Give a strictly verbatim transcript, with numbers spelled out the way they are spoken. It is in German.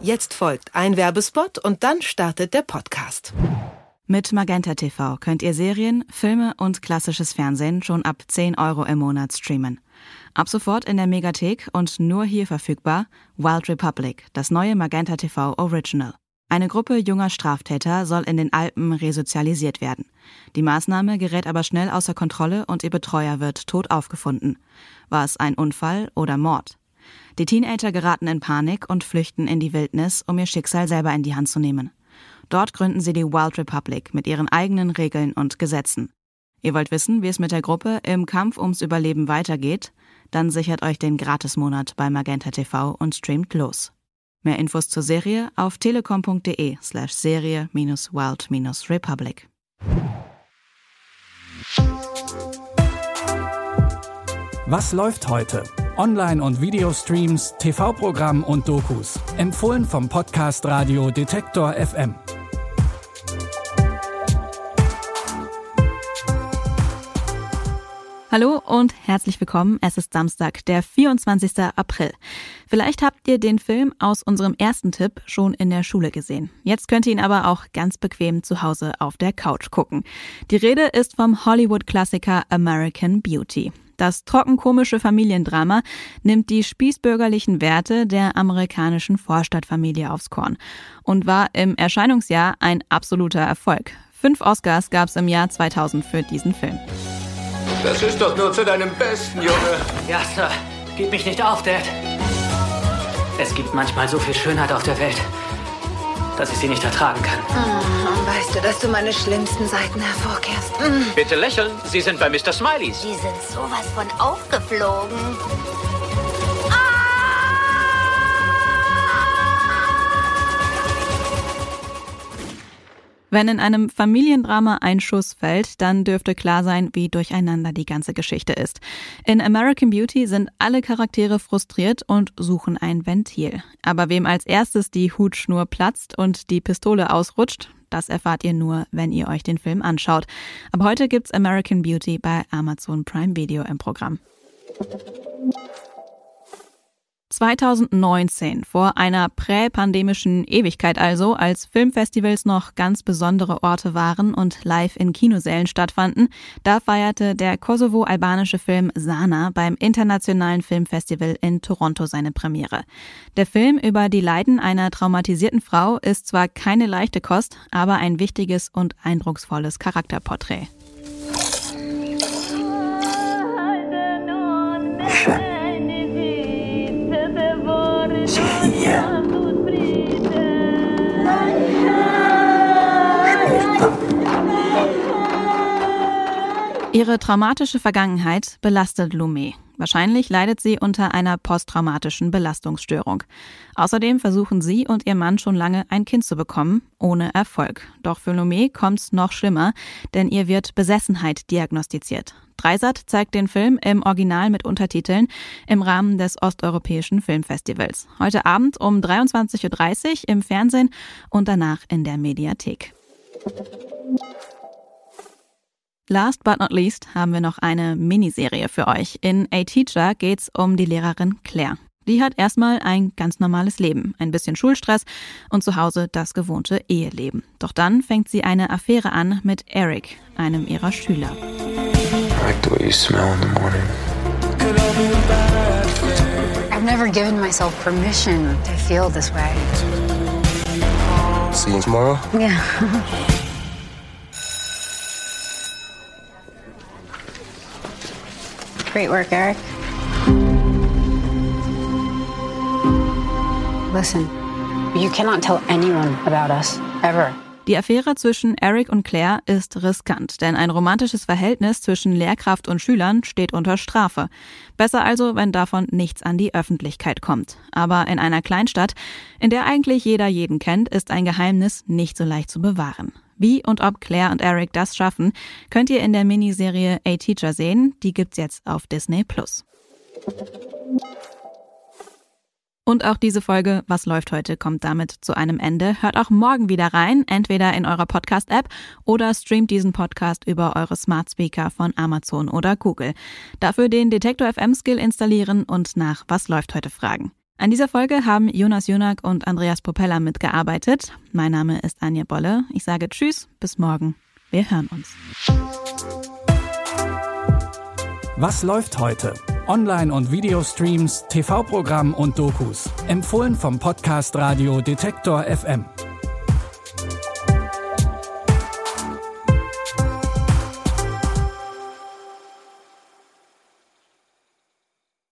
Jetzt folgt ein Werbespot und dann startet der Podcast. Mit Magenta T V könnt ihr Serien, Filme und klassisches Fernsehen schon ab zehn Euro im Monat streamen. Ab sofort in der Megathek und nur hier verfügbar Wild Republic, das neue Magenta T V Original. Eine Gruppe junger Straftäter soll in den Alpen resozialisiert werden. Die Maßnahme gerät aber schnell außer Kontrolle und ihr Betreuer wird tot aufgefunden. War es ein Unfall oder Mord? Die Teenager geraten in Panik und flüchten in die Wildnis, um ihr Schicksal selber in die Hand zu nehmen. Dort gründen sie die Wild Republic mit ihren eigenen Regeln und Gesetzen. Ihr wollt wissen, wie es mit der Gruppe im Kampf ums Überleben weitergeht? Dann sichert euch den Gratismonat bei Magenta T V und streamt los. Mehr Infos zur Serie auf telekom.de slash serie minus wild minus republic. Was läuft heute? Online- und Videostreams, T V-Programm und Dokus. Empfohlen vom Podcast Radio Detektor F M. Hallo und herzlich willkommen. Es ist Samstag, der vierundzwanzigster April. Vielleicht habt ihr den Film aus unserem ersten Tipp schon in der Schule gesehen. Jetzt könnt ihr ihn aber auch ganz bequem zu Hause auf der Couch gucken. Die Rede ist vom Hollywood-Klassiker American Beauty. Das trockenkomische Familiendrama nimmt die spießbürgerlichen Werte der amerikanischen Vorstadtfamilie aufs Korn und war im Erscheinungsjahr ein absoluter Erfolg. Fünf Oscars gab es im Jahr zweitausend für diesen Film. Das ist doch nur zu deinem Besten, Junge. Ja, Sir. Gib mich nicht auf, Dad. Es gibt manchmal so viel Schönheit auf der Welt, dass ich sie nicht ertragen kann. Oh, weißt du, dass du meine schlimmsten Seiten hervorkehrst? Mm. Bitte lächeln. Sie sind bei Mister Smileys. Die sind sowas von aufgeflogen. Wenn in einem Familiendrama ein Schuss fällt, dann dürfte klar sein, wie durcheinander die ganze Geschichte ist. In American Beauty sind alle Charaktere frustriert und suchen ein Ventil. Aber wem als erstes die Hutschnur platzt und die Pistole ausrutscht, das erfahrt ihr nur, wenn ihr euch den Film anschaut. Ab heute gibt's American Beauty bei Amazon Prime Video im Programm. zweitausendneunzehn, vor einer präpandemischen Ewigkeit also, als Filmfestivals noch ganz besondere Orte waren und live in Kinosälen stattfanden, da feierte der kosovo-albanische Film Sana beim Internationalen Filmfestival in Toronto seine Premiere. Der Film über die Leiden einer traumatisierten Frau ist zwar keine leichte Kost, aber ein wichtiges und eindrucksvolles Charakterporträt. Ihre traumatische Vergangenheit belastet Lumé. Wahrscheinlich leidet sie unter einer posttraumatischen Belastungsstörung. Außerdem versuchen sie und ihr Mann schon lange ein Kind zu bekommen, ohne Erfolg. Doch für Lumé kommt's noch schlimmer, denn ihr wird Besessenheit diagnostiziert. Dreisat zeigt den Film im Original mit Untertiteln im Rahmen des Osteuropäischen Filmfestivals. Heute Abend um dreiundzwanzig Uhr dreißig im Fernsehen und danach in der Mediathek. Last but not least haben wir noch eine Miniserie für euch. In A Teacher geht's um die Lehrerin Claire. Die hat erstmal ein ganz normales Leben, ein bisschen Schulstress und zu Hause das gewohnte Eheleben. Doch dann fängt sie eine Affäre an mit Eric, einem ihrer Schüler. I like the way you smell in the morning. I've never given myself permission to feel this way. See you tomorrow? Yeah. Great work, Eric. Listen, you cannot tell anyone about us, ever. Die Affäre zwischen Eric und Claire ist riskant, denn ein romantisches Verhältnis zwischen Lehrkraft und Schülern steht unter Strafe. Besser also, wenn davon nichts an die Öffentlichkeit kommt. Aber in einer Kleinstadt, in der eigentlich jeder jeden kennt, ist ein Geheimnis nicht so leicht zu bewahren. Wie und ob Claire und Eric das schaffen, könnt ihr in der Miniserie A Teacher sehen. Die gibt's jetzt auf Disney Plus. Und auch diese Folge Was läuft heute kommt damit zu einem Ende. Hört auch morgen wieder rein, entweder in eurer Podcast-App oder streamt diesen Podcast über eure Smart Speaker von Amazon oder Google. Dafür den Detektor F M Skill installieren und nach Was läuft heute fragen. An dieser Folge haben Jonas Junak und Andreas Propeller mitgearbeitet. Mein Name ist Anja Bolle. Ich sage Tschüss, bis morgen. Wir hören uns. Was läuft heute? Online- und Videostreams, T V-Programm und Dokus. Empfohlen vom Podcast Radio Detektor F M.